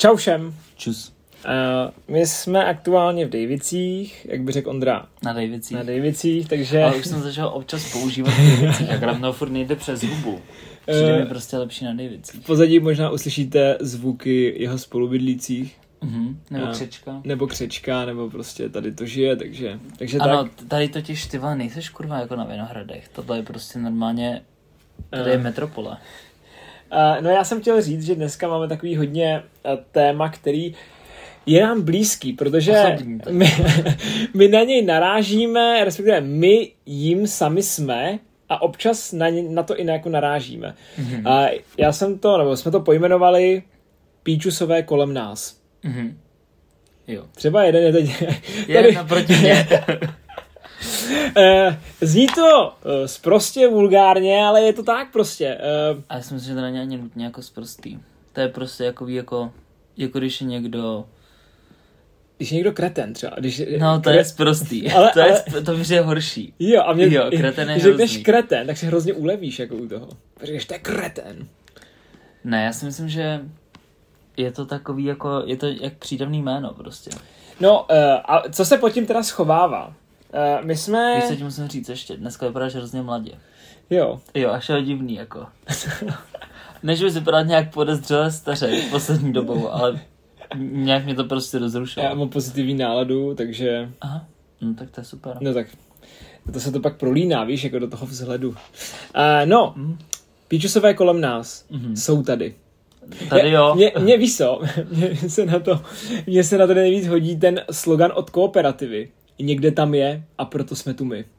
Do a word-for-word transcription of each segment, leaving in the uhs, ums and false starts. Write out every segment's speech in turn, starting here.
Čau všem. Čus. Uh, my jsme aktuálně v Dejvicích, jak by řekl Ondra. Na Dejvicích. Na Dejvicích, takže... Ale už jsem začal občas používat Dejvicích, akorát mnou furt nejde přes hubu. Přijde mi prostě lepší na Dejvicích. V pozadí možná uslyšíte zvuky jeho spolubydlících. Mhm, nebo uh, křečka. Nebo křečka, nebo prostě tady to žije, takže... takže ano, tak. tady totiž ty vole nejseš kurva jako na Vinohradech. Tohle je prostě normálně... Tady je metropole. Uh, no já jsem chtěl říct, že dneska máme takový hodně uh, téma, který je nám blízký, protože my, my na něj narážíme, respektive my jim sami jsme a občas na, ně, na to i jako narážíme. Mm-hmm. A já jsem to, nebo jsme to pojmenovali píčusové kolem nás. Mm-hmm. Jo. Třeba jeden je teď... Je tady, naproti mě. Zní to sprostě, vulgárně, ale je to tak prostě. A já si myslím, že to není ani nutně jako sprostý. To je prostě jakový jako, jako když je někdo... Když je někdo kreten třeba. Když, no, to kre... je sprostý. Ale, to, je, ale... to víš, je horší. Jo, a mě, jo, kreten je když řekneš kreten, tak se hrozně ulevíš jako u toho. Řekneš, to je kreten. Ne, já si myslím, že je to takový jako, je to jak přídavný jméno prostě. No, uh, a co se pod tím teda schovává? Uh, my jsme... Víš, co ti musím říct ještě, dneska vypadáš hrozně mladě. Jo. Jo, až je divný jako. Než bys vypadat nějak podezřele staře poslední dobou, ale nějak mě to prostě rozrušilo. Já mám pozitivní náladu, takže... Aha, no tak to je super. No tak, to se to pak prolíná, víš, jako do toho vzhledu. Uh, no, mm. Píčusové kolem nás mm-hmm. jsou tady. Tady jo. Mě, mě víš co, mě se, na to, mě se na to nejvíc hodí ten slogan od Kooperativy. Někde tam je a proto jsme tu my.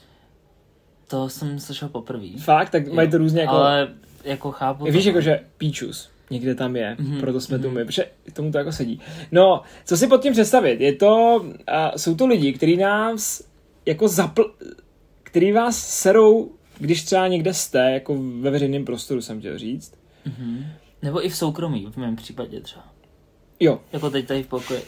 To jsem slyšel poprvé. Fakt? Tak jo. Mají to různě jako... Ale jako chápu... Víš, jako že píčus. Někde tam je, mm-hmm. proto jsme mm-hmm. tu my. Protože tomu to jako sedí. No, co si pod tím představit? Je to... Uh, jsou to lidi, kteří nás jako zapl... který vás serou, když třeba někde jste, jako ve veřejném prostoru, jsem chtěl říct. Mm-hmm. Nebo i v soukromí, v mém případě třeba. Jo. Jako teď tady v pokoji.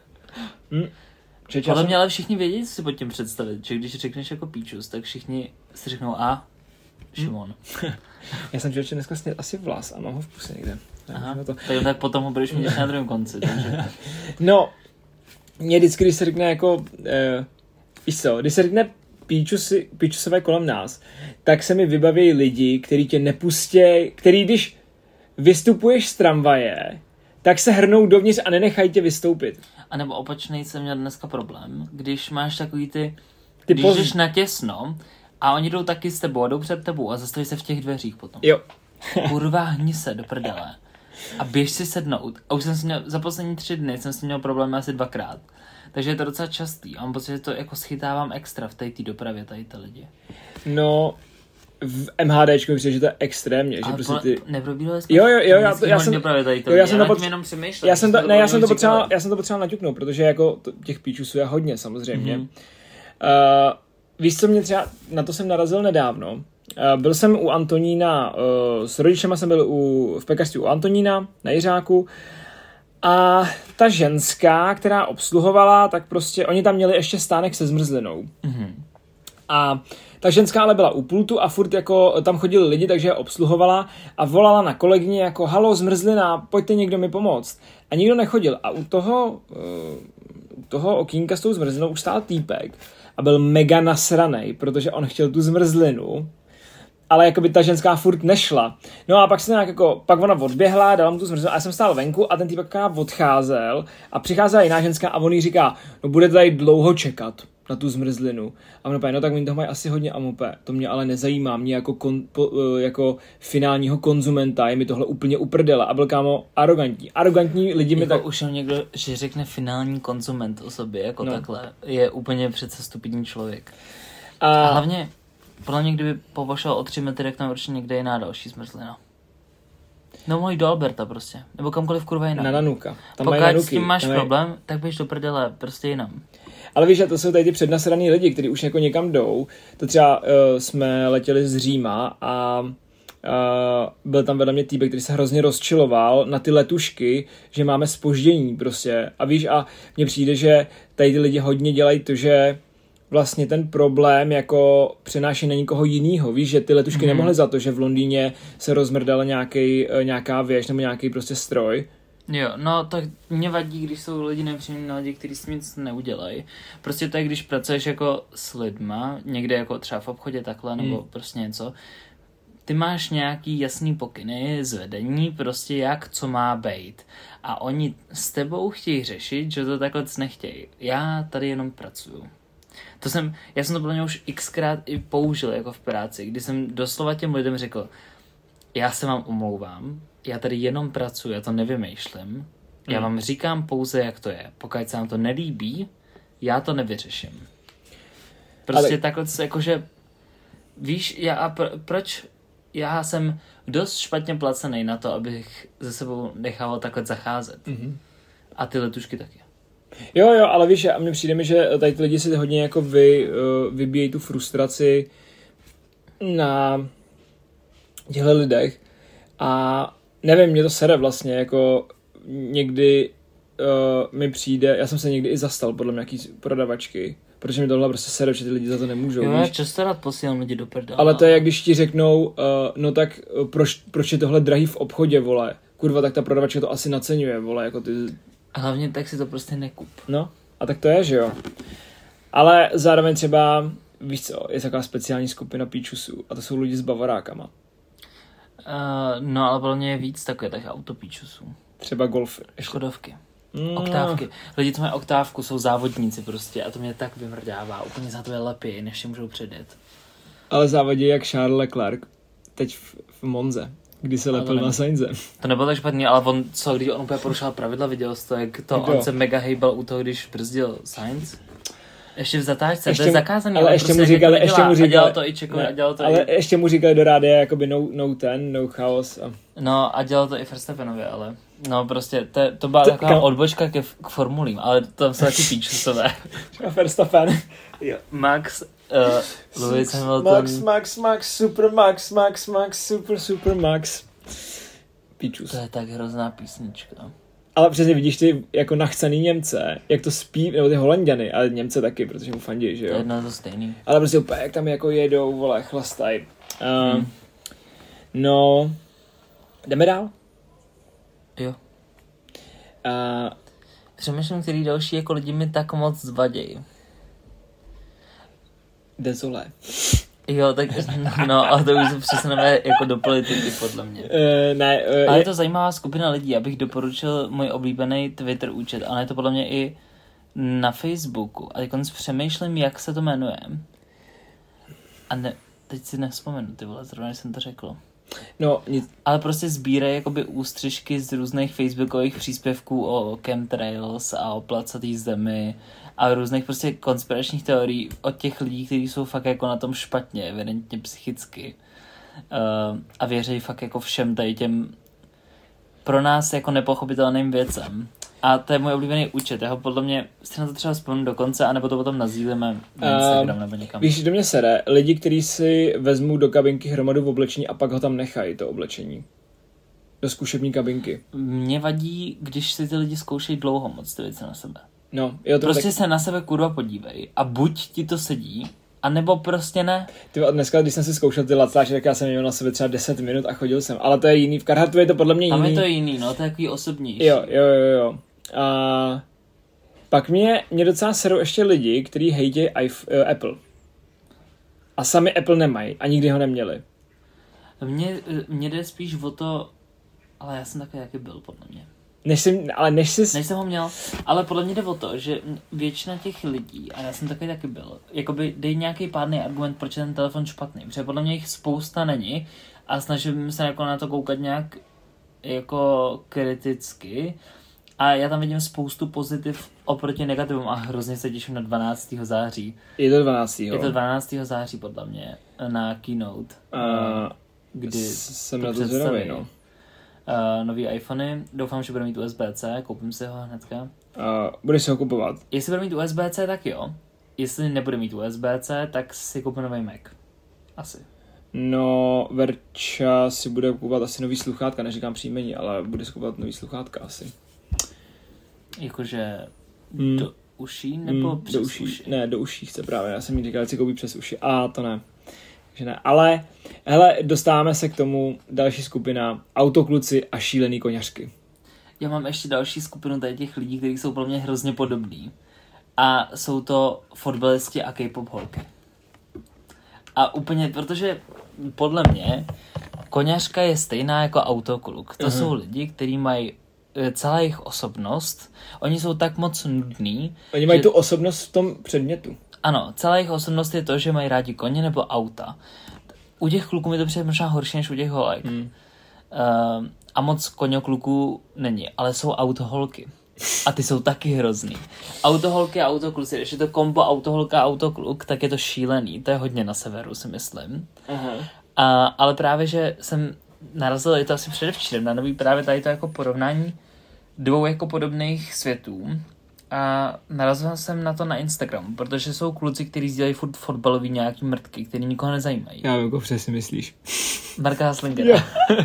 mm. Ale mě ale všichni vědí, co si pod tím představit, že když řekneš jako píčus, tak všichni si řeknou a Šimon. Já jsem člověče dneska sněl asi vlas a mám ho v puse někde. Aha, to... tak, tak potom ho budeš mít na druhém konci. Takže... No, mě vždycky, když se řekne jako, eh, víš co, když se řekne píčusy, píčusové kolem nás, tak se mi vybaví lidi, kteří tě nepustí, který když vystupuješ z tramvaje, tak se hrnou dovnitř a nenechají tě vystoupit. A nebo opačnej jsem měl dneska problém, když máš takový ty, ty když poz... jdeš natěsno a oni jdou taky s tebou a jdou před tebou a zastaví se v těch dveřích potom. Jo. Kurva, hni se do prdele. A běž si sednout. A už jsem si měl, za poslední tři dny jsem si měl problémy asi dvakrát. Takže je to docela častý. A mám pocit, že to jako schytávám extra v té dopravě, tady ty lidi. No, v MHDčku mi přijde, že to je extrémně, že prostě ty... Neprobíhali jsme... Jo, jo, jo, já, to, já jsem... Dopravě tady to jo, já jsem já to pot... jenom přemýšlel. Já jsem to, ne, já jsem to potřeboval, já jsem to potřeboval naťuknout, protože jako to, těch píčusů je hodně, samozřejmě. Mm-hmm. Uh, víš, co mě třeba, na to jsem narazil nedávno. Uh, byl jsem u Antonína, uh, s rodičema jsem byl u, v pekařství u Antonína na Jiřáku a ta ženská, která obsluhovala, tak prostě, oni tam měli ještě stánek se zmrzlinou. Mm-hmm. A ta ženská ale byla u pultu a furt jako tam chodili lidi, takže je obsluhovala a volala na kolegyni jako halo, zmrzlina, pojďte někdo mi pomoct. A nikdo nechodil. A u toho, uh, u toho okýnka s tou zmrzlinou už stál týpek a byl mega nasranej, protože on chtěl tu zmrzlinu, ale jako by ta ženská furt nešla. No a pak se nějak jako, pak ona odběhla, dala mu tu zmrzlinu a já jsem stál venku a ten týpek odcházel a přicházela jiná ženská a on jí říká, no budete tady dlouho čekat na tu zmrzlinu. A ono no tak oni toho mají asi hodně a mope. To mě ale nezajímá. Mě jako, kon, po, jako finálního konzumenta je mi tohle úplně uprdela. A byl kámo arrogantní. Arrogantní lidi jako mi tak... už někdo, že řekne finální konzument o sobě, jako no. takhle, je úplně přece stupidní člověk. A... a hlavně, podle mě, kdyby povašoval o tři metry, tak tam určitě někde jiná další zmrzlina. No můj do Alberta prostě. Nebo kamkoliv kurva jinak. Na Nanuka. Tam pokud mají s tím máš tam problém, mají... tak běž do prdele, prostě jinam. Ale víš, že to jsou tady ty přednasraný lidi, kteří už jako někam jdou. To třeba uh, jsme letěli z Říma a uh, byl tam vedle mě týpek, který se hrozně rozčiloval na ty letušky, že máme zpoždění prostě. A víš, a mně přijde, že tady ty lidi hodně dělají to, že vlastně ten problém jako přenáší na někoho jinýho. Víš, že ty letušky mm. nemohly za to, že v Londýně se rozmrdala nějaký, nějaká věž nebo nějaký prostě stroj. Jo, no tak mě vadí, když jsou lidi nepříjemní lidi, kteří s tím nic neudělají. Prostě to je, když pracuješ jako s lidma, někde jako třeba v obchodě takhle, nebo hmm. prostě něco, ty máš nějaký jasný pokyny z vedení, prostě jak co má být. A oni s tebou chtějí řešit, že to takhle nechtějí. Já tady jenom pracuju. To jsem, já jsem to pro ně už xkrát i použil jako v práci, kdy jsem doslova těm lidem řekl, já se vám omlouvám, já tady jenom pracuji, já to nevymýšlím, já vám říkám pouze, jak to je. Pokud se vám to nelíbí, já to nevyřeším. Prostě ale... takhle, jakože, víš, já a pro, proč já jsem dost špatně placený na to, abych ze sebou nechával takhle zacházet. Mm-hmm. A ty letušky taky. Jo, jo, ale víš, a mně přijde mi, že tady ty lidi si hodně jako vy, uh, vybíjejí tu frustraci na těchto lidech a nevím, mě to sere vlastně, jako někdy uh, mi přijde, já jsem se někdy i zastal podle mě nějaký prodavačky, protože mi tohle prostě sere, že ty lidi za to nemůžou. Jo, já často rád posílám lidi do prdele. Ale to je, jak když ti řeknou, uh, no tak uh, proč, proč je tohle drahý v obchodě, vole, kurva, tak ta prodavačka to asi naceňuje, vole, jako ty... A hlavně tak si to prostě nekup. No, a tak to je, že jo. Ale zároveň třeba, víš co, je taková speciální skupina píčusů a to jsou lidi s bavarákama. Uh, no, ale pro mě je víc takové tak autopíčusů. Třeba golfy. Škodovky. Mm. Oktávky. Lidi, co mají oktávku, jsou závodníci prostě a to mě tak vymrdává. Úplně za to je lepší, než si můžou předjet. Ale závodí jak Charles Leclerc teď v, v Monze, kdy se lepil na Sainze. To nebylo tak špatný, ale on, co, když on úplně porušoval pravidla, viděl jsi to, jak to, on se mega hejbal u toho, když brzdil Sainz. Ještě v zatáčce, ještě, to je zakázaný. Ale ještě prostě mu říkali, ještě mu říkali, dělal to i Čeko, a dělal to ale i... ještě mu říkali do rádia, jakoby no, no ten, no chaos. A... No a dělal to i Verstappenovi, ale no prostě, to, to byla to, taková kam... odbočka ke, k formulím, ale tam jsou taky píčusové. Verstappen. Jo. Max, uh, Lewis Hamilton. Max, Max, Max, super Max, Max, Max, super, super Max. Píčus. To je tak hrozná písnička. Ale přesně vidíš ty jako nachcený Němce, jak to spí, nebo ty Holanďany, ale Němce taky, protože mu fandí, že jo. To je jedno to stejný. Ale prostě úplně, jak tam jako jedou, vole, chlastají. Uh, hmm. No, jdeme dál? Jo. Uh, Přemýšlím, který další jako lidi mi tak moc zvadějí. Dezolé. Jo, tak no, a to už se přesuneme jako do politiky, podle mě. Uh, ne, uh, ale je to zajímavá skupina lidí, abych doporučil můj oblíbený Twitter účet, ale je to podle mě i na Facebooku. A teď přemýšlím, jak se to jmenuje. A ne, teď si nevzpomenu, ty vole, zrovna jsem to řekl. No, nic. Ale prostě sbírají jakoby ústřižky z různých facebookových příspěvků o chemtrails a o placatý zemi a různých prostě konspiračních teorií od těch lidí, kteří jsou fakt jako na tom špatně, evidentně psychicky. Uh, a věří fakt jako všem tady těm pro nás jako nepochopitelným věcem. A to je můj oblíbený účet, já ho podle mě si na to třeba vzpomenu do konce, anebo to potom nazdílíme na Instagram nebo někam. Víš, do mě sere, lidi, kteří si vezmou do kabinky hromadu v oblečení a pak ho tam nechají, to oblečení. Do zkušební kabinky. Mě vadí, když si ty lidi zkoušejí dlouho moc ty věci na sebe. No, jo, to prostě tak... se na sebe kurva podívej a buď ti to sedí, a nebo prostě ne. Ty dneska, když jsem si zkoušel ty lacáče, tak já jsem měl na sebe třeba deset minut a chodil jsem, ale to je jiný, v Carharttu je to podle mě jiný. Tam je to jiný, no, to je takový osobnější. Jo, jo, jo, jo. A pak mě, mě docela serou ještě lidi, kteří hejtějí uh, Apple. A sami Apple nemají a nikdy ho neměli. Mně, mně jde spíš o to, ale já jsem takový, jaký byl, podle mě. Než jsem, ale než jsi... Než jsem ho měl, ale podle mě jde o to, že většina těch lidí, a já jsem takový taky byl, jakoby dej nějaký pádný argument, proč je ten telefon špatný, protože podle mě jich spousta není a snažím se jako na to koukat nějak jako kriticky a já tam vidím spoustu pozitiv oproti negativům a hrozně se těším na dvanáctého září. Je to dvanáctého Je to dvanáctého září podle mě na keynote, uh, kdy jsem na to zvědavý, no. Uh, nový iPhony, doufám, že bude mít U S B C, koupím si ho hnedka. Uh, budeš si ho kupovat? Jestli bude mít U S B C, tak jo. Jestli nebude mít U S B C, tak si koupím nový Mac. Asi. No, Verča si bude kupovat asi nový sluchátka, neříkám příjmení, ale bude si kupovat nový sluchátka asi. Jakože mm. do uší nebo mm, přes do uší? uši? Ne, do uší chce právě, já jsem jí říkal, že si koupí přes uši. A to ne. Takže ne, ale hele, dostáváme se k tomu další skupina autokluci a šílený koňařky. Já mám ještě další skupinu tady těch lidí, kteří jsou pro mě hrozně podobní. A jsou to fotbalisti a K-pop holky. A úplně, protože podle mě koněřka je stejná jako autokluk. To uh-huh. jsou lidi, kteří mají celá jejich osobnost, oni jsou tak moc nudný. Oni mají že... tu osobnost v tom předmětu. Ano, celá jejich osobnost je to, že mají rádi koně nebo auta. U těch kluků mi to přijde možná horší než u těch holek. Hmm. Uh, a moc koňokluků není, ale jsou autoholky. A ty jsou taky hrozný. Autoholky a autokluci, když je to kombo autoholka a autokluk, tak je to šílený. To je hodně na severu, si myslím. Uh-huh. A, ale právě, že jsem narazil, je to asi předevčírem, na nový právě tady to jako porovnání dvou jako podobných světů. A narazil jsem na to na Instagramu, protože jsou kluci, kteří sdílejí furt fotbalový nějaký mrtky, který nikoho nezajímají. Já vím, jako přesně myslíš. Marka Haslingera.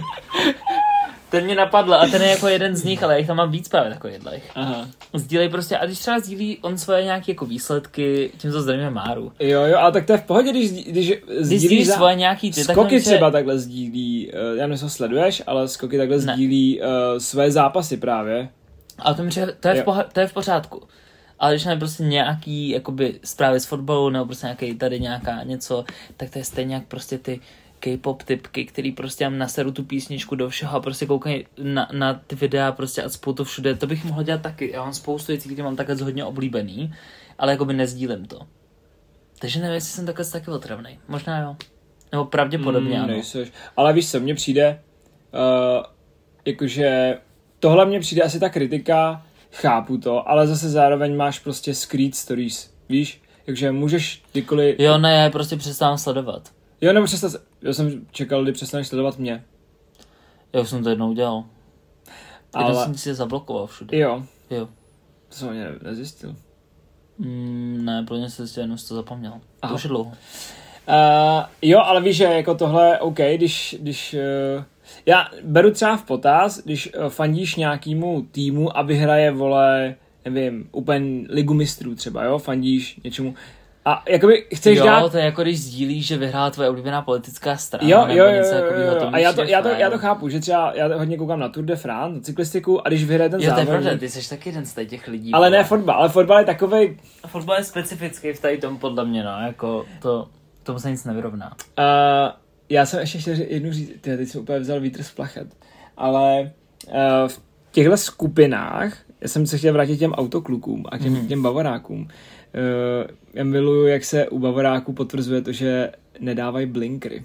Ten mě napadl a ten je jako jeden z nich, ale já jich tam mám víc právě takových. Aha. Sdílej prostě, a když třeba sdílí on svoje nějaké jako výsledky, tím to zdravíme Máru. Jo, jo, ale tak to je v pohodě, když, když sdílí sdílí za... svoje nějaký ty, skoky tak třeba se... takhle sdílí, já nevím, jestli ho sleduješ, ale skoky takhle ne. sdílí uh, své zápasy právě. A to, mi říká, to, je v poha- to je v pořádku. Ale když ne prostě nějaký jakoby zprávy z fotbalu, nebo prostě nějaký tady nějaká něco, tak to je stejně jak prostě ty K-pop typky, který prostě mám naseru tu písničku do všeho a prostě koukají na, na ty videa prostě a spolu to všude. To bych mohl dělat taky. Já mám spoustu věcí, které mám takhle hodně oblíbený, ale jakoby nezdílím to. Takže nevím, jestli jsem takhle taky otravnej. Možná jo. Nebo pravděpodobně mm, ano. Nejseš. Ale víš co, mně přijde, uh, jakože tohle mně přijde asi ta kritika, chápu to, ale zase zároveň máš prostě screen stories, víš? Takže můžeš kdykoliv... Jo, ne, já je prostě přestávám sledovat. Jo, nebo přestav... Já jsem čekal, kdy přestaneš sledovat mě. Já už jsem to jednou udělal. Ale... Já jsem si je zablokoval všude. Jo. Jo. To jsem ani nezjistil. Mm, ne, pro mě se zjistil, jenom si to zapomněl. Aha. To už je dlouho. Uh, jo, ale víš, že jako tohle, OK, když... když uh... Já beru třeba v potaz, když uh, fandíš nějakému týmu a vyhraje, vole, nevím, úplně ligu mistrů třeba, jo, fandíš něčemu... A jakoby chceš jo, dát... Jo, to je jako když sdílíš, že vyhrála tvoje oblíbená politická strana. Jo, jo, jo, něco jo, jo, jo. A já to, já, to, já to chápu. chápu, že třeba já hodně koukám na Tour de France, na cyklistiku a když vyhraje ten závod... Jo, to je pravda, ty jsi taky jeden z těch lidí. Ale ne fotbal, ale fotbal je takovej... Fotbal je specifický v tady tom podle mě, no, jako to, tomu se nic nevyrovná. Uh, já jsem ještě chtěl jednu říct, tyhle, teď jsem úplně vzal vítr z plachet, ale uh, v těchto skupinách, já jsem se chtěl vrátit těm autoklukům a těm, mm. těm bavorákům. Uh, já miluju, jak se u bavoráků potvrzuje to, že nedávají blinkry.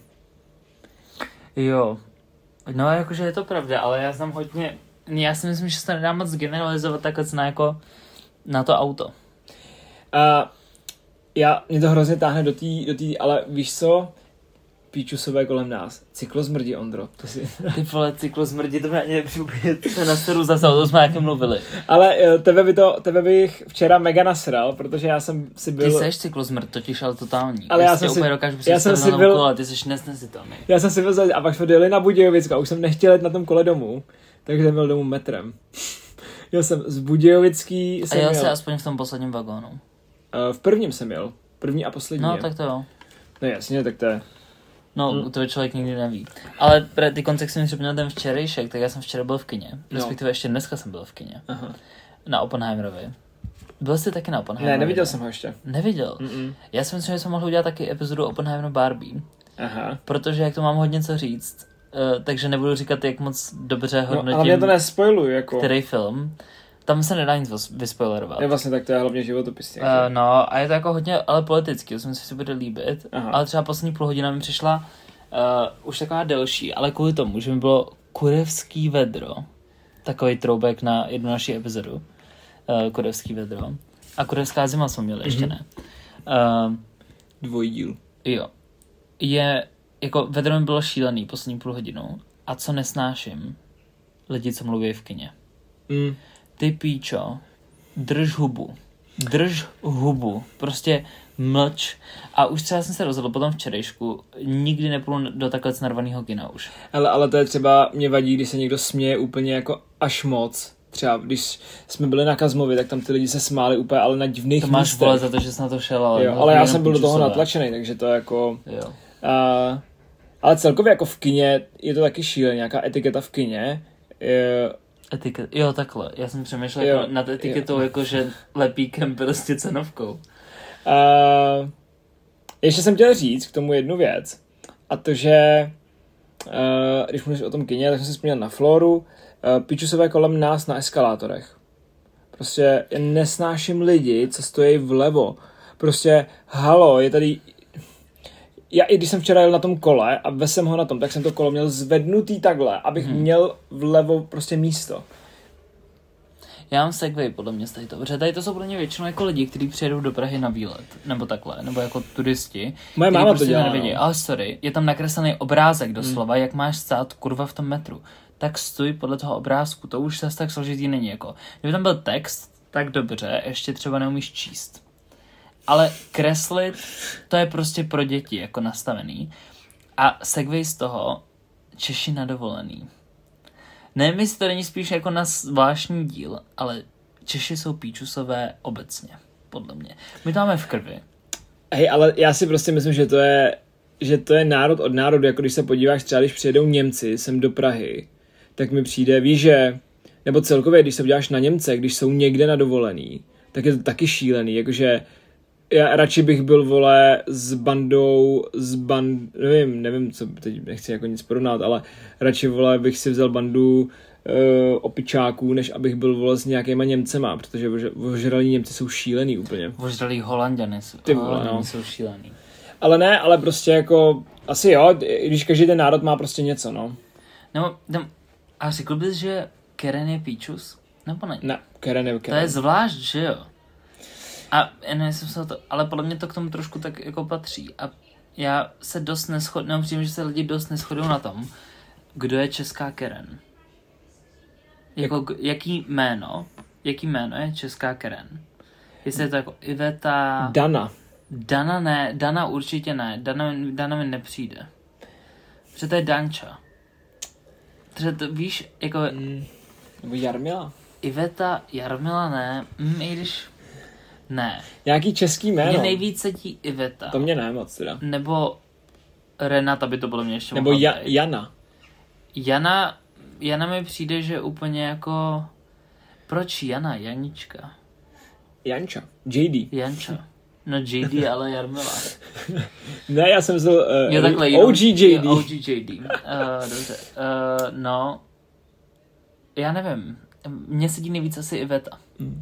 Jo, no jakože je to pravda, ale já jsem hodně, já si myslím, že se to nedá moc generalizovat takhle na jako na to auto. Uh, já, mě to hrozně táhne do té, do tý, ale víš co? Píčusové kolem nás. Cyklozmrdí, Ondro. To si... Ty vole, cyklozmrdí, to mě ani nepřijde, se na steru zase, o tom jsme nějaké mluvili. Ale tebe, by to, tebe bych včera mega nasral, protože já jsem si byl... Ty seš cyklozmrd, totiž ale totální. Ale já, já jsem si... dokážu já jsem si byl... kole, ty seš nesnesitelný. Já jsem si byl a pak jsme dojeli na Budějovic a už jsem nechtěl jít na tom kole domů, takže jsem byl domů metrem. Já jsem z Budějovický... A jel jsi aspoň v tom posledním vagónu? Uh, v prvním jsem jel. První a poslední. No, tak to jo. No jasně, tak to je... No, hmm. to člověk nikdy neví. Ale ty koncept si mi připomněl ten včerejšek, tak já jsem včera byl v kině. Respektive ještě dneska jsem byl v kině. Aha. Na Oppenheimerovi. Byl jsi taky na Oppenheimerovi? Ne, neviděl jsem ho ještě. Neviděl? Mm-mm. Já si myslím, že jsem mohl udělat taky epizodu Oppenheimer Barbie. Aha. Protože jak to mám hodně co říct, uh, takže nebudu říkat, jak moc dobře hodnotím. No, ale mě to nespoiluj, jako. Který film. Tam se nedá nic vyspoilerovat. Je vlastně tak, to je hlavně životopisně. Uh, no a je to jako hodně, ale politicky, to si myslím, že si bude líbit. Aha. Ale třeba poslední půl hodina mi přišla uh, už taková delší, ale kvůli tomu, že mi bylo kurevský vedro. Takový throwback na jednu naši epizodu. Uh, kurevský vedro. A kurevská zima jsme měli, mm-hmm. ještě ne. Uh, Dvojí díl. Jo. Je, jako vedro mi bylo šílený poslední půl hodinu. A co nesnáším? Lidi, co mluví v kině. Mm. Ty píčo, drž hubu. Drž hubu. Prostě mlč. A už třeba jsem se rozhodl potom včerejšku, nikdy nepůjdu do takhle narvaného kina už. Ale, ale to je třeba, mě vadí, když se někdo směje úplně jako až moc. Třeba když jsme byli na Kazmovi, tak tam ty lidi se smáli úplně, ale na divných místech. To máš vole za to, že jsi na to šel, ale... Jo, ale já jsem byl do toho natlačený, takže to jako... Jo. Uh, ale celkově jako v kině je to taky šílené, nějaká etiketa v kině. Je, Etiket, jo, takhle. Já jsem přemýšlel jako nad etiketou, jo. Jako že lepíkem prostě cenovkou. Uh, ještě jsem chtěl říct k tomu jednu věc. A to, že uh, když mluvíš o tom kině, tak jsem si vzpomněl na Floru. Uh, pičusové kolem nás na eskalátorech. Prostě nesnáším lidi, co stojí vlevo. Prostě, halo, je tady... Já i když jsem včera jel na tom kole a vezl jsem ho na tom, tak jsem to kolo měl zvednutý takhle, abych hmm. měl vlevo prostě místo. Já mám segway podle mě z tady to, protože tady to jsou podle mě většinou jako lidi, kteří přijedou do Prahy na výlet, nebo takhle, nebo jako turisti. Moje máma prostě to dělá. Nevidí. Ale sorry, je tam nakreslený obrázek doslova, hmm. jak máš stát kurva v tom metru. Tak stůj podle toho obrázku, to už zase tak složitý není jako. Kdyby tam byl text, tak dobře, ještě třeba neumíš číst. Ale kreslit, to je prostě pro děti jako nastavený. A segway z toho, Češi na dovolený. Nevím, jestli to není spíš jako na zvláštní díl, ale Češi jsou píčusové obecně, podle mě. My to máme v krvi. Hej, ale já si prostě myslím, že to je, že to je národ od národu, jako když se podíváš třeba, když přijedou Němci sem do Prahy, tak mi přijde, víš, že, nebo celkově, když se podíváš na Němce, když jsou někde na dovolený, tak je to taky šílený, jakože já radši bych byl, vole, s bandou, s band, nevím, nevím, co, teď nechci jako nic porovnat, ale radši, vole, bych si vzal bandu uh, opičáků, než abych byl, vole, s nějakýma Němcema, protože ožralí Němci jsou šílený úplně. Ožralí Holanďany jsou, Ty vole, no. jsou šílený. Ale ne, ale prostě jako, asi jo, když každý ten národ má prostě něco, no. Nebo, no, a řekl bys, že Keren je píčus? Nebo ne? Ne, Keren je Keren. To je zvlášť, že jo? A ne, jsem se to, ale podle mě to k tomu trošku tak jako patří. A já se dost neschodu, nebo přijím, že se lidi dost neschodují na tom, kdo je česká Keren. Jako, Jak... jaký jméno, jaký jméno je česká Keren? Jestli je to jako Iveta... Dana. Dana ne, Dana určitě ne, Dana, Dana mi nepřijde. Protože to je Danča. Protože to víš, jako... Mm, nebo Jarmila. Iveta, Jarmila ne, mm, i když... Ne. Nějaký český jméno. Mně nejvíc sedí Iveta. To mě ne moc teda. Nebo Renata by to bylo mě ještě Nebo ja- Jana. Jana. Jana mi přijde, že úplně jako... Proč Jana? Janička. Janča. J D. Janča. No J D, ale Jarmila. Ne, já jsem myslel uh, jo, takhle, O G J D. O G J D. Uh, dobře. Uh, no. Já nevím. Mně sedí nejvíc asi Iveta. Mm.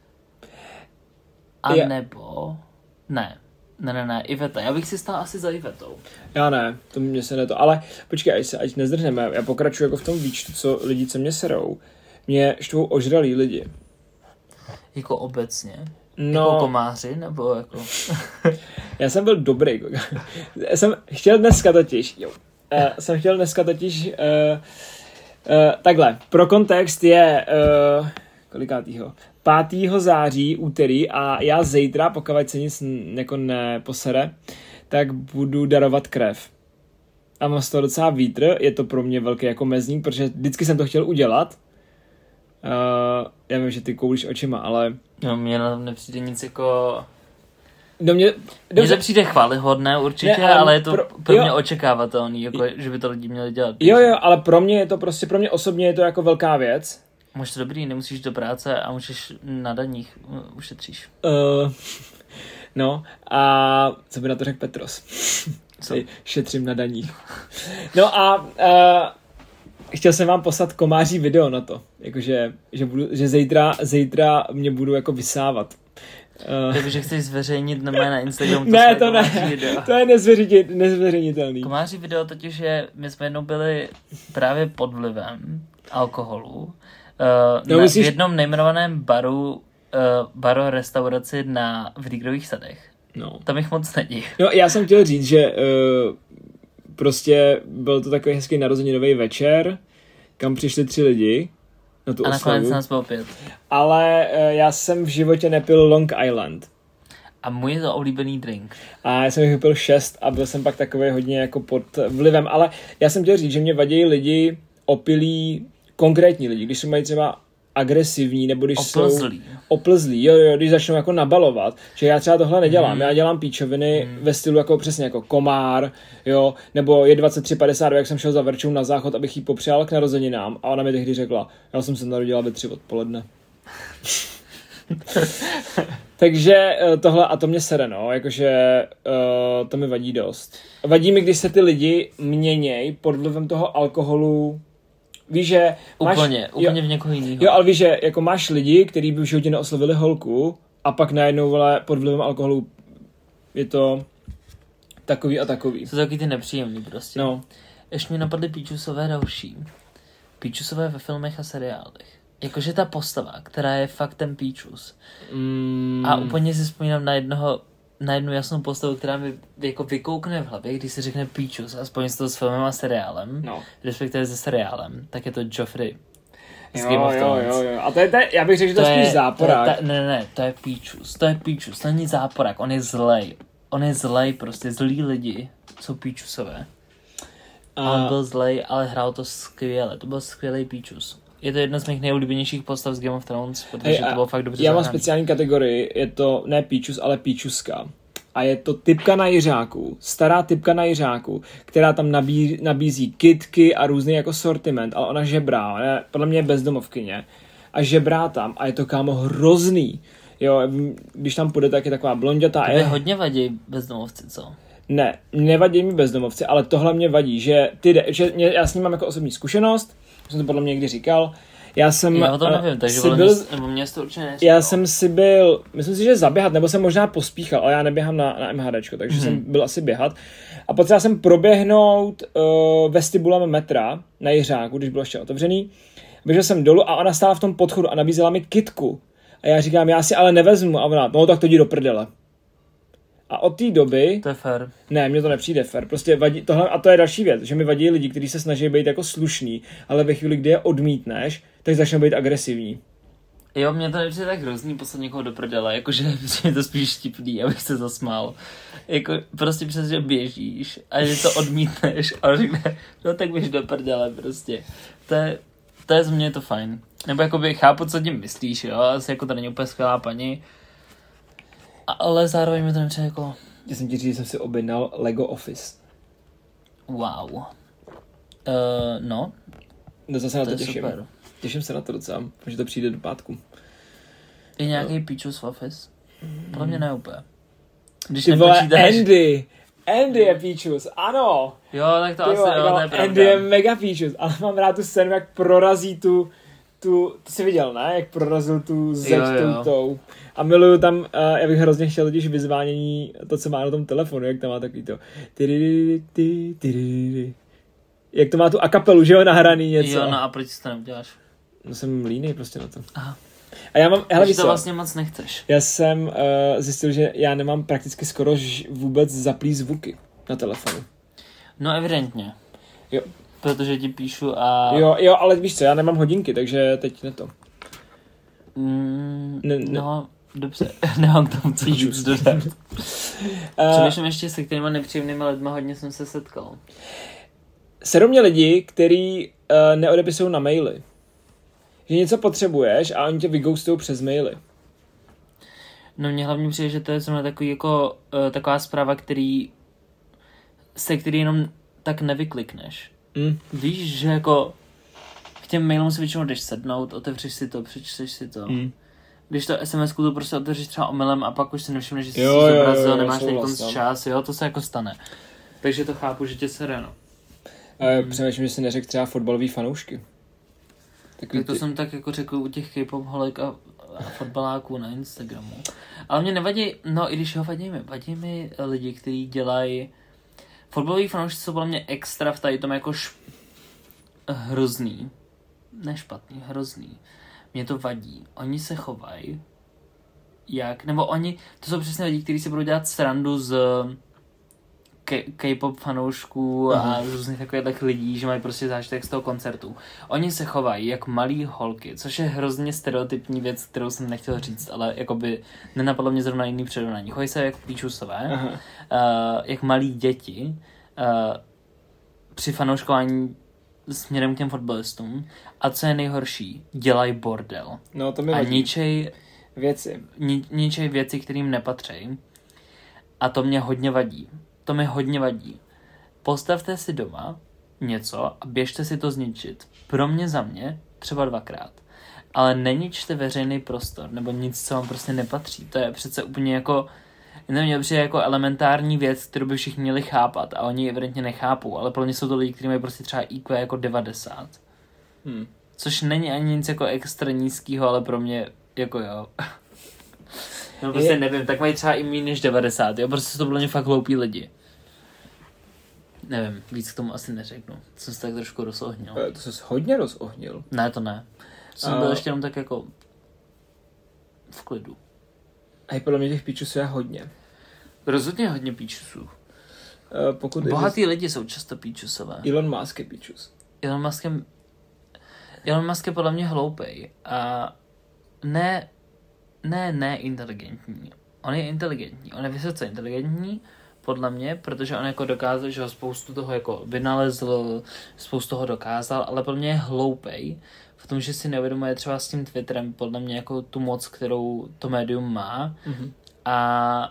A je. nebo... Ne. Ne, ne, ne, Iveta. Já bych si stál asi za Ivetou. Já ne, to mě se ne to. Ale počkej, ať se ať nezdrhneme. Já pokračuji jako v tom výčtu, co lidi, co mě serou. Mě štvou ožralí lidi. Jako obecně? No. Jako komáři, nebo jako... Já jsem byl dobrý. Já jsem chtěl dneska totiž... Jo. Uh, jsem chtěl dneska totiž... Uh, uh, takhle, pro kontext je... Uh, kolikátýho? pátého září, úterý, a já zítra, pokud se nic jako neposere, tak budu darovat krev. A mám z toho docela vítr, je to pro mě velký jako mezník, protože vždycky jsem to chtěl udělat. Uh, já vím, že ty koulíš očima, ale... No, mně na tom nepřijde nic jako... Do mě, mně to přijde chválihodné určitě, ne, ale, ale je to pro, pro mě očekávatelný, jako, že by to lidi měli dělat. Jo, jo, ale pro mě je to prostě, pro mě osobně je to jako velká věc. Můžeš to dobrý, nemusíš do práce a můžeš na daních, ušetříš. Uh, no a co by na to řekl Petros? Co? Šetřím na daních. No a uh, chtěl jsem vám poslat komáří video na to, jakože, že, budu, že zítra, zítra mě budu jako vysávat. Uh, Takže chceš zveřejnit na mé na Instagramu to ne, to ne, video. To je nezveřejnit, nezveřejnitelný. Komáří video totiž je, my jsme jednou byli právě pod vlivem alkoholu. Uh, no, na, myslíš... V jednom nejmenovaném baru, uh, baru restauraci na v Rýgrových sadech. No. Tam jich moc není. No, já jsem chtěl říct, že uh, prostě byl to takový hezký narozeninový večer, kam přišli tři lidi na tu a oslavu. nakonec nás bylo pět. Ale uh, já jsem v životě nepil Long Island. A můj je to oblíbený drink. A já jsem jich vypil šest a byl jsem pak takový hodně jako pod vlivem. Ale já jsem chtěl říct, že mě vadí lidi opilí, konkrétní lidi, když se mají třeba agresivní, nebo když oplzlý. jsou oplzlí, jo, jo, když začnou jako nabalovat, že já třeba tohle nedělám, hmm. já dělám píčoviny hmm. ve stylu jako přesně jako komár, jo, nebo je dvacet tři padesát dva, jak jsem šel za Verčou na záchod, abych jí popřál k narozeninám a ona mi tehdy řekla, já jsem se narodila ve tři odpoledne. Takže tohle a to mě sere, no, jakože uh, to mi vadí dost. Vadí mi, když se ty lidi měněj pod vlivem toho alkoholu. Víš, že máš, úplně, úplně jo, v někoho jiného. Jo, ale víš, že jako máš lidi, kteří by v životě neoslovili holku a pak najednou vole, pod vlivem alkoholu je to takový a takový. Jsou taky ty nepříjemný prostě. No. Ještě mi napadly píčusové další. Píčusové ve filmech a seriálech. Jakože ta postava, která je fakt ten píčus. Mm. A úplně si vzpomínám na jednoho, na jednu jasnou postavu, která mi jako vykoukne v hlavě, když se řekne píčus, aspoň s toho s filmem a seriálem, no. respektive se seriálem, tak je to Joffrey. Z Jo, Game of jo, Thrones. jo, jo. A to je, to je, já bych řekl, že to, To je spíš je, záporák. to je, ta, ne, ne, to je píčus, to je píčus, to není záporák, on je zlej. On je zlej, prostě zlí lidi jsou píčusové. A on byl zlej, ale hrál to skvěle, to byl skvělý píčus. Je to jedna z mých nejoblíbenějších postav z Game of Thrones, protože hey, to bylo fakt dobře já mám zahraný. speciální kategorii, je to ne píčus, ale píčuska. A je to typka na Jiřáku, stará typka na Jiřáku, která tam nabí, nabízí kitky a různý jako sortiment, ale ona žebrá, ona podle mě je bezdomovkyně. A žebrá tam a je to, kámo, hrozný. Jo, když tam půjde, tak je taková blondětá. To je hodně vadí bezdomovci, co? Ne, nevadí mi bezdomovci, ale tohle mě vadí, že ty de, že mě, já s ním mám jako osobní zkušenost, jsem to podle mě někdy říkal. Já jsem já o tom nevím, takže byl, byl, nebo mě to určitě neříkal. Já jsem si byl, myslím si, že zaběhat, nebo jsem možná pospíchal, ale já neběhám na, na MHDčko, takže mm-hmm. jsem byl asi běhat. A potřeboval jsem proběhnout uh, vestibulem metra na Jiřáku, když bylo ještě otevřený. Běžel jsem dolů a ona stála v tom podchodu a nabízela mi kitku. A já říkám, já si ale nevezmu. A ona, no tak to jdi do prdele. A od té doby... To je fér. Ne, mně to nepřijde fér. Prostě vadí, tohle, a to je další věc, že mi vadí lidi, kteří se snaží být jako slušný, ale ve chvíli, kdy je odmítneš, tak začnou být agresivní. Jo, mě to nepřijde tak hrozný poslat někoho do prdele, jakože je to spíš vtipný, abych se zasmál. Jako, prostě přes, že běžíš a že to odmítneš a řekne, no tak běž do prdele prostě. To je, to je z mě to fajn. Nebo jakoby chápu, co tím myslíš, jo, asi jako to není úplně skvělá paní, ale zároveň mi to nepřijde jako... Já jsem ti říct, že jsem si objednal Lego Office. Wow. Uh, no. Docela se na to, to těším. Super. Těším se na to docela, že to přijde do pátku. Je nějaký píčus v Office? Podle mě ne úplně. Když Ty vole, Andy! Andy je píčus, ano! Jo, tak to Ty asi, vole, jo, to je pravda. Andy je mega píčus, ale mám rád tu scénu, jak prorazí tu, tu, to jsi viděl, ne? Jak prorazil tu zeď tou tou. A miluju tam, uh, já bych hrozně chtěl totiž vyzvánění, to, co má na tom telefonu, jak tam má takový to. Jak to má tu akapelu, že jo, nahraný něco. Jo, no a proč si to neuděláš? No jsem línej prostě na to. Aha. A já mám, hele, Takže to vlastně moc nechceš. Já jsem uh, zjistil, že já nemám prakticky skoro ž- vůbec zaplý zvuky na telefonu. No evidentně. Jo. Protože ti píšu a... Jo, jo, ale víš co, já nemám hodinky, takže teď ne to. Mm, ne, ne. No, dobře, nemám k tomu co víc dodat. Přemýšlím ještě, se kterýma nepříjemnýma lidma hodně jsem se setkal. Sedou mě lidi, kteří uh, neodepisují na maily. Že něco potřebuješ a oni tě vyghostují přes maily. No mně hlavně přijde, že to je zrovna takový jako, uh, taková zpráva, který, se který jenom tak nevyklikneš. Mm. Víš, že jako k těm mailům si většinou jdeš sednout, otevřeš si to, přečteš si to. Mm. Když to es em esku to prostě otevřeš třeba omylem a pak už si nevšimneš, že jsi jo, si zobrazil, nemáš teď konc čas, jo, to se jako stane. Takže to chápu, že tě sere, no. Mm. Přemýšlím, že si neřekl třeba fotbalový fanoušky. Takový tak to ty... jsem tak jako řekl u těch K-pop holek a, a fotbaláků na Instagramu. Ale mě nevadí, no i když ho vadí mi, vadí mi lidi, kteří dělají fotbaloví fanoušci jsou podle mě extra v tady tom jako š... hrozný. Ne špatný, hrozný. Mě to vadí. Oni se chovají jak, nebo oni, to jsou přesně lidi, kteří si budou dělat srandu z K- K-pop fanoušků a různých takových lidí, že mají prostě zážitek z toho koncertu. Oni se chovají jak malí holky, což je hrozně stereotypní věc, kterou jsem nechtěl říct, ale jakoby nenapadlo mě zrovna jiný přirovnání. Chovají se jak píčusové, uh, jak malí děti uh, při fanouškování směrem k těm fotbalistům a co je nejhorší, dělají bordel. No, to mi a vadí. ničej Věci. Ni, ničej věci, kterým nepatří. A to mě hodně vadí. To mě hodně vadí. Postavte si doma něco a běžte si to zničit. Pro mě za mě třeba dvakrát. Ale neničte veřejný prostor nebo nic, co vám prostě nepatří. To je přece úplně jako nevím, přijde jako elementární věc, kterou by všichni měli chápat a oni evidentně nechápou, ale pro mě jsou to lidi, kteří mají prostě třeba í kvé jako devadesát. Hmm. Což není ani nic jako extra nízkýho, ale pro mě jako jo. No prostě je... nevím, tak mají třeba i méně než devadesát, jo, prostě jsou to pro mě fakt hloupí lidi. Nevím, víc k tomu asi neřeknu. Jsem se tak trošku rozohnil. To jsi hodně rozohnil. Ne, to ne. Jsem A... byl ještě jenom tak jako v klidu. A podle mě těch píčusů je hodně. Rozhodně hodně píčusů. Uh, pokud Bohatý je... lidi jsou často píčusové. Elon Musk je píčus. Elon Musk je... Elon Musk je podle mě hloupej. A ne, ne, ne inteligentní. On je inteligentní. On je vysoce inteligentní, podle mě, protože on jako dokázal, že ho spoustu toho jako vynalezl, spoustu toho dokázal, ale podle mě je hloupej v tom, že si neuvědomuje třeba s tím Twitterem podle mě jako tu moc, kterou to médium má. Mm-hmm. A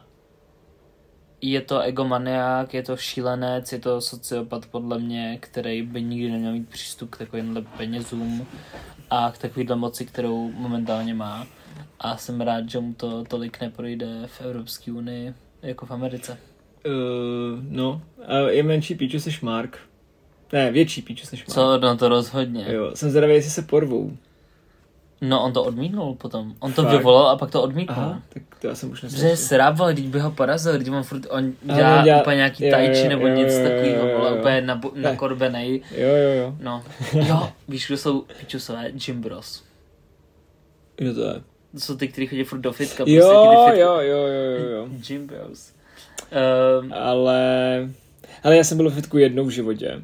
je to egomaniák, je to šílenec, je to sociopat podle mě, který by nikdy neměl mít přístup k takovýmhle penězům a k takovýhle moci, kterou momentálně má. A jsem rád, že mu to tolik neprojde v Evropské unii jako v Americe. Uh, no, uh, je menší píčus než Mark. Ne, větší píčus než Mark. Co? No to rozhodně. Jo, jsem zvědavý, jestli se porvou. No on to odmítnul potom. On to Fakt? vyvolal a pak to odmítnul. Aha, tak to já jsem už neslyšel. Že srábal, když by ho porazil, když on furt, on dělá, dělá, dělá úplně nějaký jo, tajči jo, nebo jo, nic jo, takového, jo, jo, jo. úplně na, nakorbenej. Jo, jo, jo. No. Jo, víš, kdo jsou pičusové? Jim Bros. Jo, to je. To jsou ty, kteří chodí furt do fitka. Jo, prostě jo, jo, jo, jo, jo. Jim Bros. Um, ale, ale já jsem byl v fitku jednou v životě.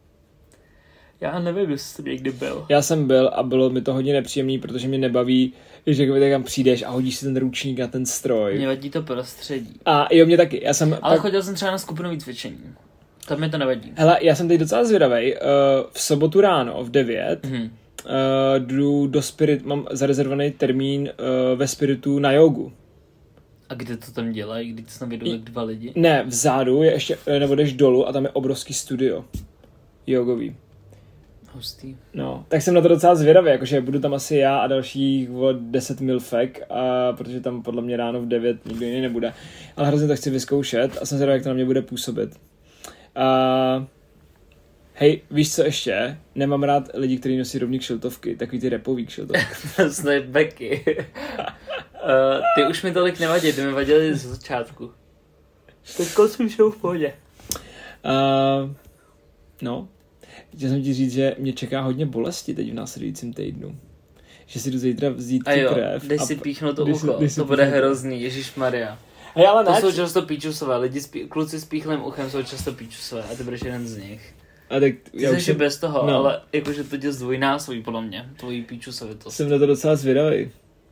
Já nevím, jestli jsem někdy byl. Já jsem byl a bylo mi to hodně nepříjemný, protože mě nebaví, že když tam přijdeš a hodíš si ten ručník na ten stroj. Mě vadí to prostředí. A jo, mě taky. Já jsem ale pak... chodil jsem třeba na skupinový cvičení. Tam mi to nevadí. Hele, já jsem teď docela zvědavej. Uh, v sobotu ráno v devět mm-hmm. uh, jdu do Spirit, mám zarezervovaný termín uh, ve Spiritu na jogu. A kde to tam dělají? Kdy to tam vědou tak dva lidi? Ne, vzadu je ještě, nebo jdeš dolů a tam je obrovský studio. Jogový. Hustý. No, tak jsem na to docela zvědavý, jakože budu tam asi já a dalších o deset milfek, a protože tam podle mě ráno v devět nikdo jiný nebude. Ale hrozně to chci vyzkoušet a jsem zvědavý, jak to na mě bude působit. A... Hej, víš co ještě? Nemám rád lidi, kteří nosí rovný kšiltovky, takový ty rapový kšiltovky. Snapbacky. uh, ty už mi tolik nevadí, ty mi vadili z začátku. Teďko jsem šel v pohodě. Uh, no, chtěl jsem ti říct, že mě čeká hodně bolesti teď v následujícím týdnu. Že si jdu zítra vzít tu krev. Dej si píchnout to ucho, to bude hrozný, ježišmarja. Hey, ale to ne, jsou často píčusové, lidi s pí, kluci s píchlým uchem jsou často píčusové a ty budeš jeden z nich. A tak ty jsi jsem... bez toho, no. Ale jakože to tě zdvojnásobí podle mě, tvojí píčusovitost. Jsem na to docela zvědavý.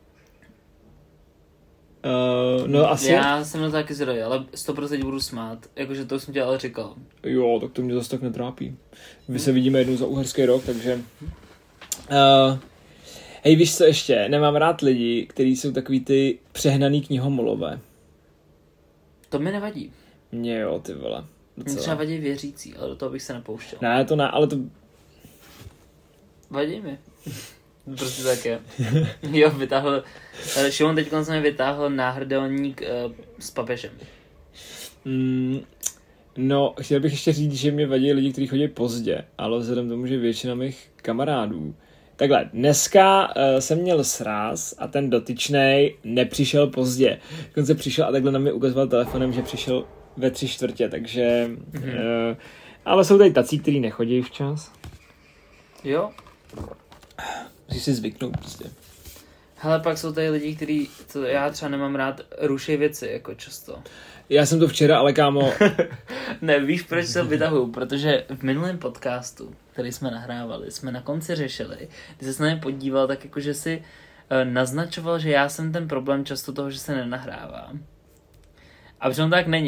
Uh, no asi... Já jsem na to taky zvědavý, ale sto procent budu smát, jakože to jsem tě ale říkal. Jo, tak to mě zase tak netrápí. Vy se vidíme jednou za uherský rok, takže... Uh, hej, víš co ještě? Nemám rád lidi, kteří jsou takový ty přehnaný knihomolové. To mi nevadí. Mně jo, ty vole. Mně třeba vadí věřící, ale do toho bych se nepouštěl. Ne, to ne, ale to... Vadí mi. Prostě tak je. Jo, vytáhl... Šimon teď se mi vytáhl náhrdelník uh, s papežem. Mm, no, chtěl bych ještě říct, že mě vadí lidi, kteří chodí pozdě, ale vzhledem tomu, že většina mých kamarádů... Takhle, dneska uh, jsem měl sráz a ten dotyčnej nepřišel pozdě. Dokonce přišel a takhle na mě ukazoval telefonem, že přišel ve tři čtvrtě, takže... Mm-hmm. Uh, ale jsou tady tací, kteří nechodí včas. Jo. Musíš si zvyknout prostě. Hele, pak jsou tady lidi, kteří, co já třeba nemám rád, ruší věci, jako často. Já jsem to včera, ale kámo... Ne, víš, proč se vytahuju? Protože v minulém podcastu, který jsme nahrávali, jsme na konci řešili, když jsi se na mě podíval, tak jakože si uh, naznačoval, že já jsem ten problém často toho, že se nenahrává. A přitom tak není.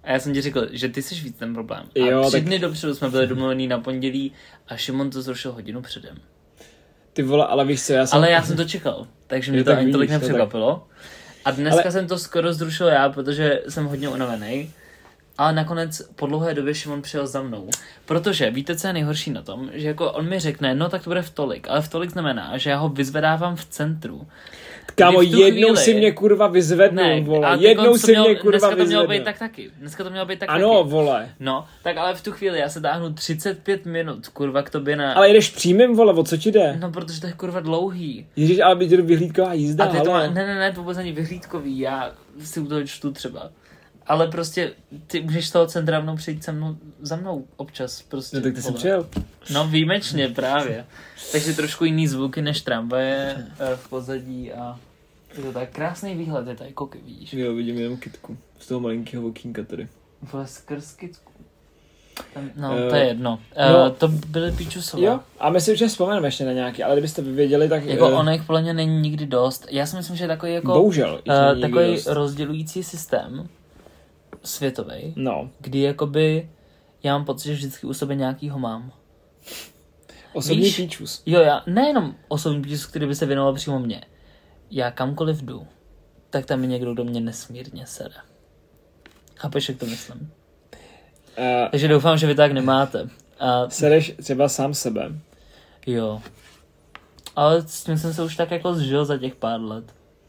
A já jsem ti řekl, že ty jsi víc ten problém. A jo, tři tak... dny dopředu jsme byli domluvení na pondělí a Šimon to zrušil hodinu předem. Ty vole, ale víš co, já jsem... Ale já jsem to čekal, takže mě jo, to tak ani víš, tolik no, nepřekvapilo. tak... A dneska ale... jsem to skoro zrušil já, protože jsem hodně unavený. Ale nakonec po dlouhé době Šimon přijel za mnou. Protože víte, co je nejhorší na tom? Že jako on mi řekne, no tak to bude v tolik. Ale v tolik znamená, že já ho vyzvedávám v centru. Kámo, jednou chvíli... si mě kurva vyzvednul, ne, vole. Jednou si měl, mě kurva dneska to mělo vyzvednul. být tak taky. Dneska to mělo být tak ano, taky. vole. No, tak ale v tu chvíli já se táhnu třicet pět minut, kurva, k tobě na... Ale jdeš přímým, vole, o co ti jde? No, protože to je kurva dlouhý. Ježíš, ale by tě vyhlídková jízda, A ty to ale... má... Ne, ne, ne, to vůbec není vyhlídkový, já si u toho čtu třeba. Ale prostě ty můžeš z toho centra mnou přijít se mnou, za mnou občas. Prostě, no tak ty jsi vole. přijel. No výjimečně právě. Takže trošku jiný zvuky než tramvaje v pozadí a je to tak krásný výhled, je tady koky, vidíš. Jo, vidím jenom kytku. Z toho malinkého okýnka tady. Vole skrz kytku. Tam, no, Uh, to je jedno. no, uh, to byly píčusové. Jo, a myslím, že vzpomeneme ještě na nějaký, ale kdybyste věděli, tak... Jako uh, ono jich podle mě není nikdy dost. Já si myslím, že je takový jako... Bohužel. Uh, takový rozdělující systém světový, no. kdy jakoby já mám pocit, že vždycky u sebe nějakýho mám. Osobní Víš? píčus. Jo, já nejenom osobní píčus, který by se věnoval přímo mně. Já kamkoliv jdu, tak tam je někdo, kdo mě nesmírně sere. Chápeš, jak to myslím? Uh, Takže doufám, že vy tak nemáte. A... Sereš třeba sám sebe. Jo. Ale s tím jsem se už tak jako zžil za těch pár let.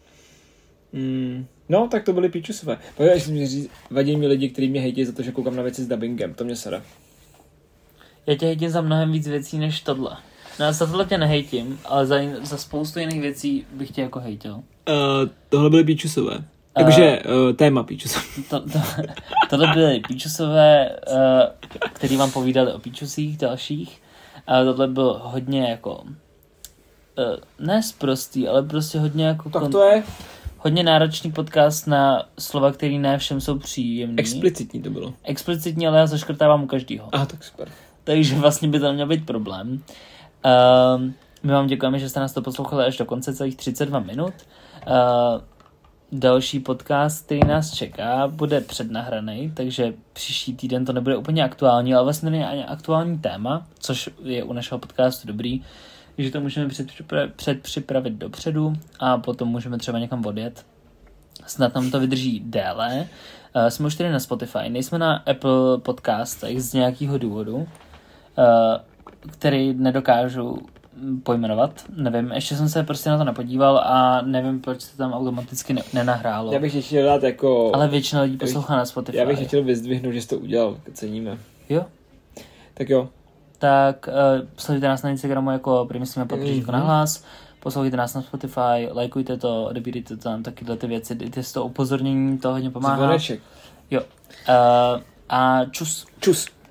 Mm, no, tak to byly píčusové. Pojď, až mi říct, vadí mi lidi, kteří mě hejtí za to, že koukám na věci s dubbingem. To mě sere. Já tě hejtím za mnohem víc věcí než tohle. No, za tohle tě nehejtím, ale za, jin, za spoustu jiných věcí bych tě jako hejtil. Uh, tohle byly píčusové. Jakože uh, téma píčusové. To, to, tohle byly píčusové, uh, který vám povídali o píčusích dalších. A tohle bylo hodně jako... Uh, ne sprostý, ale prostě hodně jako... Tak to je... Hodně náročný podcast na slova, který ne všem jsou příjemný. Explicitní to bylo. Explicitní, ale já zaškrtávám u každýho. Aha, tak super. Takže vlastně by to neměl být problém. Uh, my vám děkujeme, že jste nás to poslouchali až do konce, celých třicet dva minut. Uh, další podcast, který nás čeká, bude přednahraný, takže příští týden to nebude úplně aktuální, ale vlastně není ani aktuální téma, což je u našeho podcastu dobrý, že to můžeme předpřipra- předpřipravit dopředu a potom můžeme třeba někam odjet. Snad nám to vydrží déle. Uh, jsme už tady na Spotify, nejsme na Apple podcastech z nějakého důvodu, uh, který nedokážu pojmenovat. Nevím, ještě jsem se prostě na to nepodíval a nevím, proč se tam automaticky ne- nenahrálo. Já bych tě chtěl dát jako... Ale většina lidí poslouchá na Spotify. Já bych tě chtěl vyzdvihnout, že jsi to udělal, ceníme. Jo? Tak jo. Tak uh, sledujte nás na Instagramu jako Primyslíme Podržíčko mm-hmm. na hlas, poslouchejte nás na Spotify, lajkujte to, odebírejte tam takyhle ty věci, dejte si to upozornění, to hodně pomáhá. Zvoneček. Jo. Uh, a čus. Čus.